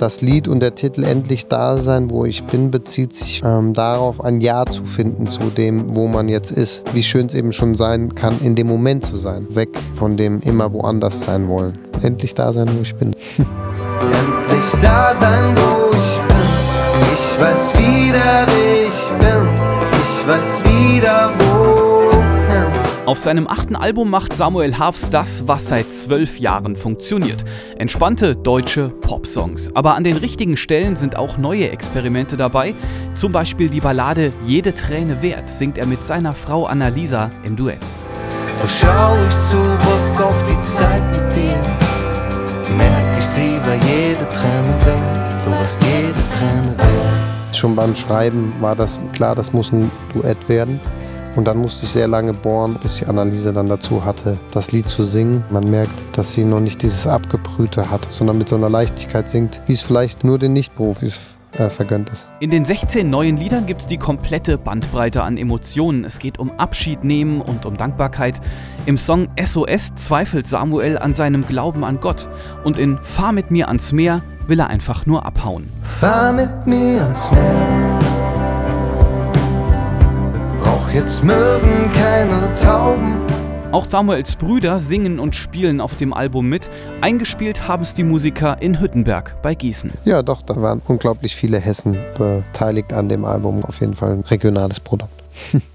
Das Lied und der Titel Endlich da sein, wo ich bin, bezieht sich darauf, ein Ja zu finden zu dem, wo man jetzt ist. Wie schön es eben schon sein kann, in dem Moment zu sein. Weg von dem immer woanders sein wollen. Endlich da sein, wo ich bin. Endlich da sein, wo ich bin. Ich weiß wieder, wer ich bin. Ich weiß wieder, wohin. Auf seinem 8. Album macht Samuel Harfst das, was seit 12 Jahren funktioniert. Entspannte deutsche Popsongs. Aber an den richtigen Stellen sind auch neue Experimente dabei. Zum Beispiel die Ballade Jede Träne wert singt er mit seiner Frau Annalisa im Duett. Doch schau ich zurück auf die Zeit mit dir, merk ich, sie war jede Träne wert. Du warst jede Träne wert. Schon beim Schreiben war das klar, das muss ein Duett werden. Und dann musste ich sehr lange bohren, bis ich Annalisa dann dazu hatte, das Lied zu singen. Man merkt, dass sie noch nicht dieses Abgebrühte hat, sondern mit so einer Leichtigkeit singt, wie es vielleicht nur den Nicht-Profis vergönnt ist. In den 16 neuen Liedern gibt es die komplette Bandbreite an Emotionen. Es geht um Abschied nehmen und um Dankbarkeit. Im Song SOS zweifelt Samuel an seinem Glauben an Gott. Und in Fahr mit mir ans Meer will er einfach nur abhauen. Fahr mit mir ans Meer. Brauch jetzt Möwen, keine Tauben. Auch Samuels Brüder singen und spielen auf dem Album mit. Eingespielt haben es die Musiker in Hüttenberg bei Gießen. Ja, doch, da waren unglaublich viele Hessen beteiligt an dem Album. Auf jeden Fall ein regionales Produkt.